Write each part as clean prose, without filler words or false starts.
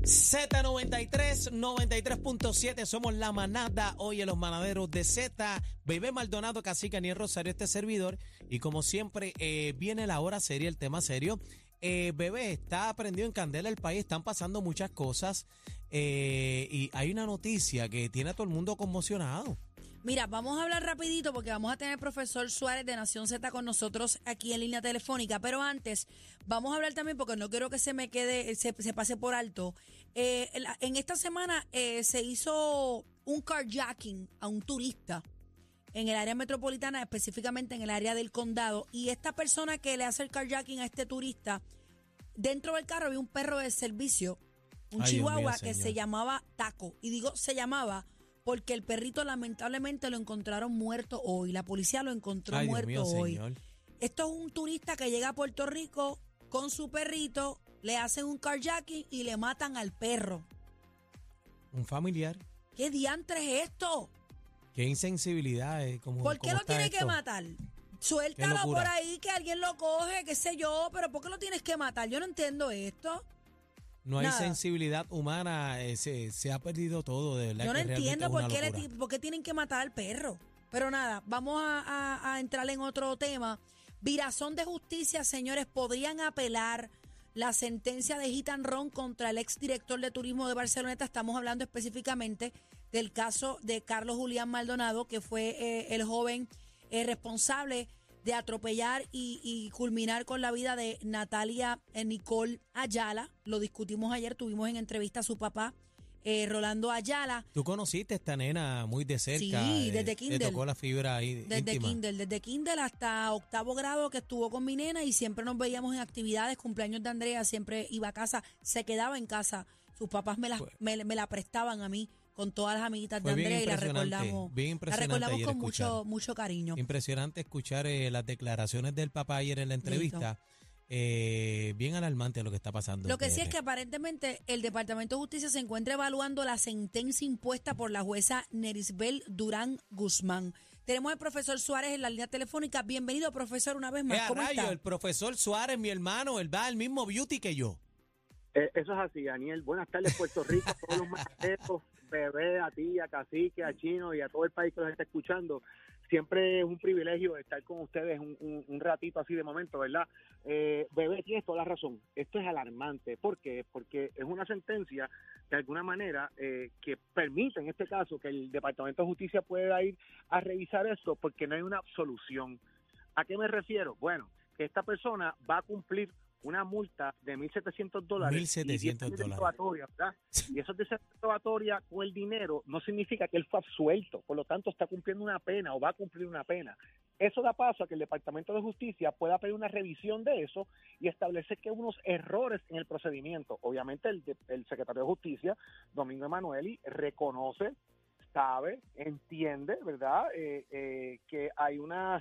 Z93, 93.7, somos la manada, hoy en los manaderos de Z, Bebé Maldonado, Cacique, Aniel Rosario, este servidor, y como siempre viene la hora seria, el tema serio. Bebé, está prendido en candela el país, están pasando muchas cosas y hay una noticia que tiene a todo el mundo conmocionado. Mira, vamos a hablar rapidito porque vamos a tener al profesor Suárez de Nación Z con nosotros aquí en línea telefónica, pero antes vamos a hablar también porque no quiero que se me quede, se pase por alto. En esta semana se hizo un carjacking a un turista en el área metropolitana, específicamente en el área del condado, y esta persona que le hace el carjacking a este turista, dentro del carro había un perro de servicio, un chihuahua que se llamaba Taco, y digo se llamaba porque el perrito lamentablemente lo encontraron muerto hoy. La policía lo encontró muerto hoy. Señor. Esto es un turista que llega a Puerto Rico con su perrito, le hacen un carjacking y le matan al perro. Un familiar. ¿Qué diantre es esto? Qué insensibilidad. ¿Por qué lo tiene que matar? Suéltalo por ahí, que alguien lo coge, qué sé yo, pero ¿por qué lo tienes que matar? Yo no entiendo esto. No hay sensibilidad humana, se ha perdido todo, de verdad. Yo no entiendo por qué tienen que matar al perro. Pero nada, vamos a entrar en otro tema. Virazón de justicia, señores, podrían apelar la sentencia de Hit and Run contra el exdirector de turismo de Barceloneta. Estamos hablando específicamente del caso de Carlos Julián Maldonado, que fue el joven responsable de atropellar y culminar con la vida de Natalia Nicole Ayala. Lo discutimos ayer, tuvimos en entrevista a su papá, Rolando Ayala. ¿Tú conociste a esta nena muy de cerca? Sí, desde Kindle. Le tocó la fibra ahí Desde Kindle hasta octavo grado que estuvo con mi nena y siempre nos veíamos en actividades, cumpleaños de Andrea, siempre iba a casa, se quedaba en casa. Sus papás me la prestaban a mí con todas las amiguitas de Andrea y la recordamos con mucho cariño. Impresionante escuchar las declaraciones del papá ayer en la entrevista. Bien alarmante lo que está pasando. Lo que sí es que aparentemente el Departamento de Justicia se encuentra evaluando la sentencia impuesta por la jueza Nerisbel Durán Guzmán. Tenemos al profesor Suárez en la línea telefónica. Bienvenido, profesor, una vez más. ¿Cómo está? El profesor Suárez, mi hermano, él va al mismo beauty que yo. Eso es así, Daniel. Buenas tardes, Puerto Rico, a todos los maestros, Bebé, a ti, a Cacique, a Chino y a todo el país que los está escuchando. Siempre es un privilegio estar con ustedes un ratito así de momento, ¿verdad? Bebé, tienes toda la razón. Esto es alarmante. ¿Por qué? Porque es una sentencia, de alguna manera, que permite, en este caso, que el Departamento de Justicia pueda ir a revisar esto porque no hay una absolución. ¿A qué me refiero? Bueno, que esta persona va a cumplir una multa de $1,700 $1,700 probatoria, ¿verdad? Y eso de ser probatoria con el dinero no significa que él fue absuelto, por lo tanto está cumpliendo una pena o va a cumplir una pena. Eso da paso a que el Departamento de Justicia pueda pedir una revisión de eso y establecer que hubo unos errores en el procedimiento. Obviamente el secretario de Justicia, Domingo Emanueli, reconoce, sabe, entiende, ¿verdad? Que hay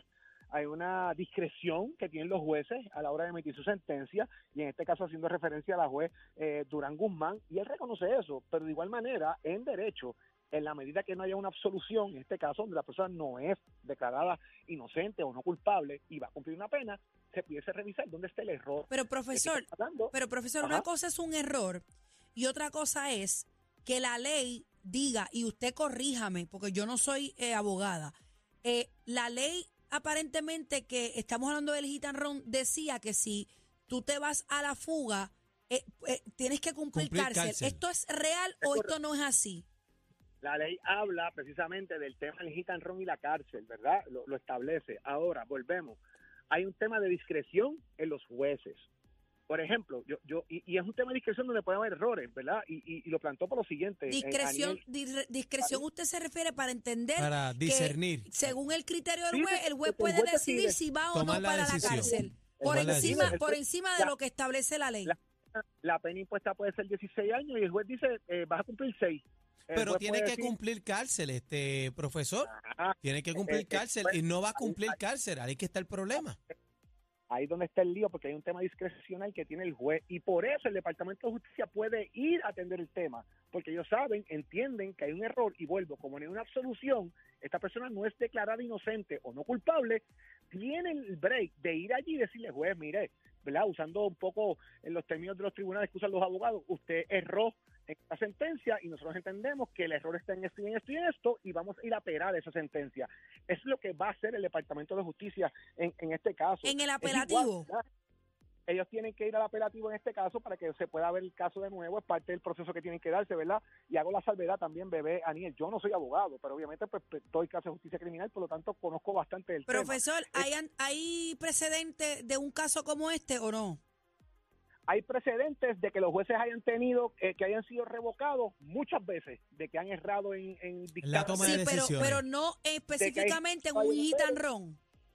una discreción que tienen los jueces a la hora de emitir su sentencia, y en este caso haciendo referencia a la juez Durán Guzmán, y él reconoce eso, pero de igual manera, en derecho, en la medida que no haya una absolución, en este caso donde la persona no es declarada inocente o no culpable y va a cumplir una pena, se pudiese revisar dónde está el error. Pero profesor, una cosa es un error y otra cosa es que la ley diga, y usted corríjame, porque yo no soy abogada, la ley aparentemente que estamos hablando del Hit and Run decía que si tú te vas a la fuga, tienes que cumplir cárcel. ¿Esto es real o esto no es así? La ley habla precisamente del tema del Hit and Run y la cárcel, ¿verdad? Lo establece. Ahora, volvemos. Hay un tema de discreción en los jueces. Por ejemplo, y es un tema de discreción donde puede haber errores, ¿verdad? Y lo plantó por lo siguiente. Discreción usted se refiere para entender, para discernir. Que según el criterio del juez, el juez puede decidir si va o no para la cárcel. Por encima de lo que establece la ley. La pena impuesta puede ser 16 años y el juez dice, vas a cumplir 6. Pero tiene que cumplir cárcel, profesor. Tiene que cumplir cárcel y no va a cumplir cárcel. Ahí que está el problema. Ahí es donde está el lío, porque hay un tema discrecional que tiene el juez, y por eso el Departamento de Justicia puede ir a atender el tema, porque ellos saben, entienden que hay un error, y vuelvo, como no hay una absolución, esta persona no es declarada inocente o no culpable, tiene el break de ir allí y decirle, juez, mire, ¿verdad? Usando un poco en los términos de los tribunales que usan los abogados, usted erró, en esta sentencia y nosotros entendemos que el error está en esto y en esto y en esto y vamos a ir a apelar esa sentencia. Eso es lo que va a hacer el Departamento de Justicia en este caso. En el Es apelativo. igual, ellos tienen que ir al apelativo en este caso para que se pueda ver el caso de nuevo, es parte del proceso que tienen que darse, ¿verdad? Y hago la salvedad también, bebé, Aniel, yo no soy abogado, pero obviamente pues doy clase de justicia criminal, por lo tanto conozco bastante del tema. Profesor, ¿hay precedente de un caso como este o no? Hay precedentes de que los jueces hayan tenido, que hayan sido revocados muchas veces, de que han errado en dictar. La toma de Sí, decisiones. pero no específicamente en un hit and run.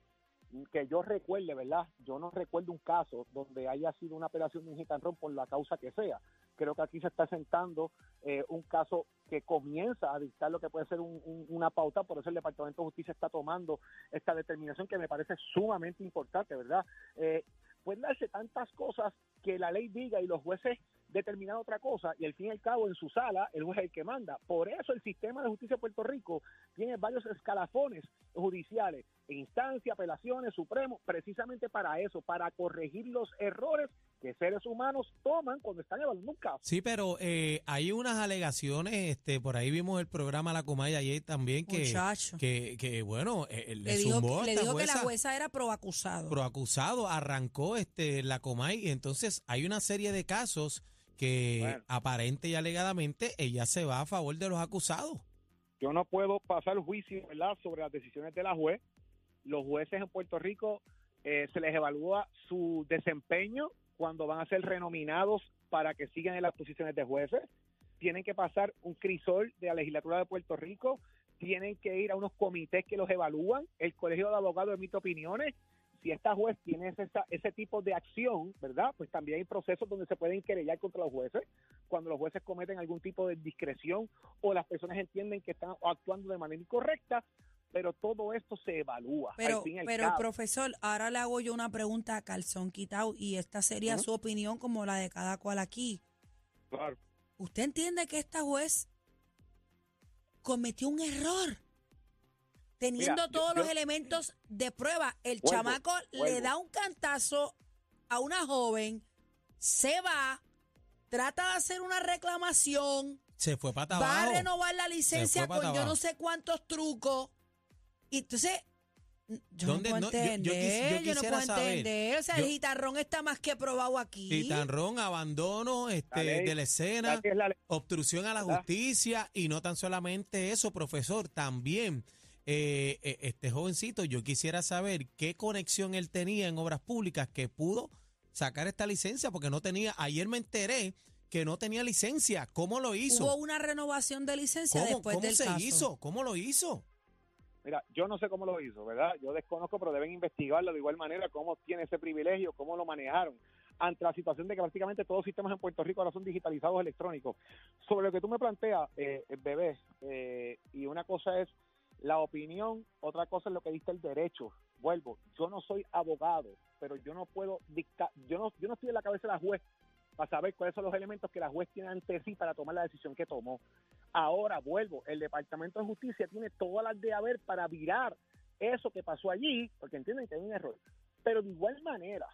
Que yo recuerde, ¿verdad? Yo no recuerdo un caso donde haya sido una apelación de un hit and run por la causa que sea. Creo que aquí se está sentando un caso que comienza a dictar lo que puede ser una pauta, por eso el Departamento de Justicia está tomando esta determinación que me parece sumamente importante, ¿verdad? Pueden darse tantas cosas que la ley diga y los jueces determinan otra cosa y al fin y al cabo en su sala el juez es el que manda. Por eso el sistema de justicia de Puerto Rico tiene varios escalafones judiciales, instancia, apelaciones, supremo, precisamente para eso, para corregir los errores que seres humanos toman cuando están evaluando un caso. Sí, pero hay unas alegaciones, por ahí vimos el programa La Comay ayer también, Muchacho. que bueno, Le dijo, le dijo que la jueza era proacusado. proacusado, arrancó la Comay, y entonces hay una serie de casos que Bueno. aparente y alegadamente ella se va a favor de los acusados. Yo no puedo pasar juicio, ¿verdad?, sobre las decisiones de la juez. Los jueces en Puerto Rico se les evalúa su desempeño cuando van a ser renominados para que sigan en las posiciones de jueces. Tienen que pasar un crisol de la legislatura de Puerto Rico, tienen que ir a unos comités que los evalúan, el colegio de abogados emite opiniones. Si esta juez tiene ese tipo de acción, ¿verdad? Pues también hay procesos donde se pueden querellar contra los jueces, cuando los jueces cometen algún tipo de indiscreción o las personas entienden que están actuando de manera incorrecta, pero todo esto se evalúa. Pero, al fin y al pero cabo. profesor, ahora le hago yo una pregunta a calzón quitado y esta sería su opinión como la de cada cual aquí. Claro. ¿Usted entiende que esta juez cometió un error? Teniendo Mira, todos yo- los elementos de prueba, el Vuelvo, chamaco le vuelvo. da un cantazo a una joven, se va, trata de hacer una reclamación, Se fue para va abajo. a renovar la licencia Se fue para con yo no abajo. sé cuántos trucos. Y entonces, yo ¿Dónde? no No, puedo yo entender, yo no quisiera puedo saber. entender. O sea, Yo- el guitarrón está más que probado aquí. Titanrón, abandono ley, de la escena, Ya que es la ley. obstrucción a la ¿Verdad? justicia y no tan solamente eso, profesor, también este jovencito, yo quisiera saber qué conexión él tenía en obras públicas que pudo sacar esta licencia porque no tenía, ayer me enteré que no tenía licencia, ¿cómo lo hizo? Hubo una renovación de licencia ¿Cómo, después cómo del se caso. hizo? ¿Cómo lo hizo? Mira, yo no sé cómo lo hizo, ¿verdad? Yo desconozco, pero deben investigarlo de igual manera, cómo tiene ese privilegio, cómo lo manejaron, ante la situación de que prácticamente todos los sistemas en Puerto Rico ahora son digitalizados electrónicos. Sobre lo que tú me planteas, bebé, y una cosa es la opinión, otra cosa es lo que dice el derecho. Vuelvo, yo no soy abogado, pero yo no puedo dictar, yo no estoy en la cabeza de la juez para saber cuáles son los elementos que la juez tiene ante sí para tomar la decisión que tomó. Ahora vuelvo, el Departamento de Justicia tiene todas las de haber para virar eso que pasó allí, porque entienden que hay un error. Pero de igual manera,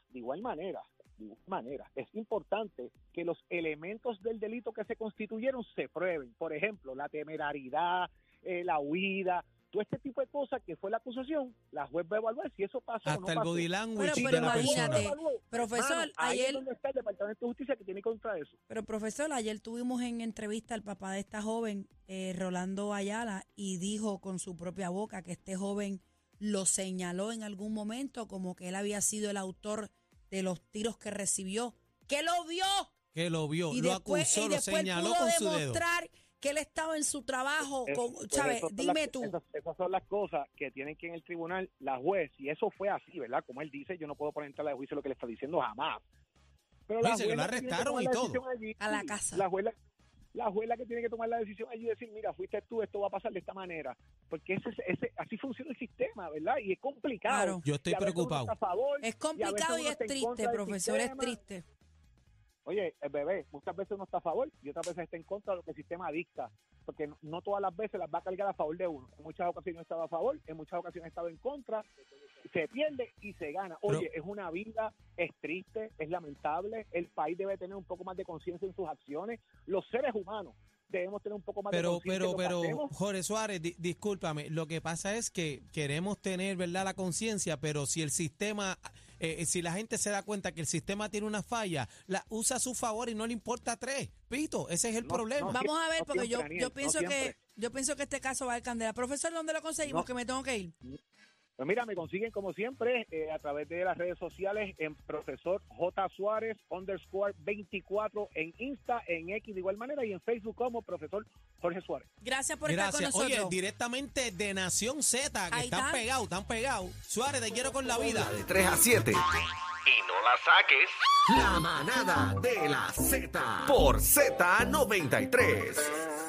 es importante que los elementos del delito que se constituyeron se prueben. Por ejemplo, la temerariedad, la huida, todo este tipo de cosas que fue la acusación, la juez va a evaluar si eso pasó o no Hasta el pasó. body language Pero de la imagínate, persona. profesor, Hermano, ahí ayer- es donde está el Departamento de Justicia que tiene contra eso. Pero profesor, ayer tuvimos en entrevista al papá de esta joven, Rolando Ayala, y dijo con su propia boca que este joven lo señaló en algún momento como que él había sido el autor de los tiros que recibió, que lo vio Que lo vio, y lo después, acusó, y lo después señaló pudo con su dedo. demostrar que él estaba en su trabajo. Pues ¿Sabes? esas son Dime las- tú. Esas son las cosas que tienen que en el tribunal la juez, y eso fue así, ¿verdad? Como él dice, yo no puedo poner en tela de juicio lo que le está diciendo jamás. Pero Dice que lo juez la que tiene que arrestaron tomar y la todo. decisión allí, A la sí, casa. La juez la que tiene que tomar la decisión allí y decir, mira, fuiste tú, esto va a pasar de esta manera. Porque así funciona el sistema, ¿verdad? Y es complicado. Claro. Yo estoy Y a veces uno preocupado. está a favor, Es y a complicado veces y uno es está en triste, contra del profesor, es sistema. triste. Oye, el bebé, muchas veces uno está a favor y otras veces está en contra de lo que el sistema dicta, porque no todas las veces las va a cargar a favor de uno. En muchas ocasiones he estado a favor, en muchas ocasiones he estado en contra, se pierde y se gana. Oye, es una vida, es triste, es lamentable, el país debe tener un poco más de conciencia en sus acciones, los seres humanos debemos tener un poco más de conciencia en lo que hacemos. Jorge Suárez, discúlpame, lo que pasa es que queremos tener, ¿verdad?, la conciencia, pero si el sistema, si la gente se da cuenta que el sistema tiene una falla, la usa a su favor y no le importa tres. Pito, ese es el problema. Vamos a ver, porque siempre, yo pienso yo pienso que este caso va a dar candela. Profesor, ¿dónde lo conseguimos? Que me tengo que ir. Pues mira, me consiguen como siempre a través de las redes sociales en profesor J. Suárez _24 en Insta, en X de igual manera y en Facebook como profesor Jorge Suárez. Gracias por estar con nosotros. Oye, directamente de Nación Z, que Ahí están pegados. Suárez, te quiero con la vida. De 3 a 7. Y no la saques. La manada de la Z por Z93.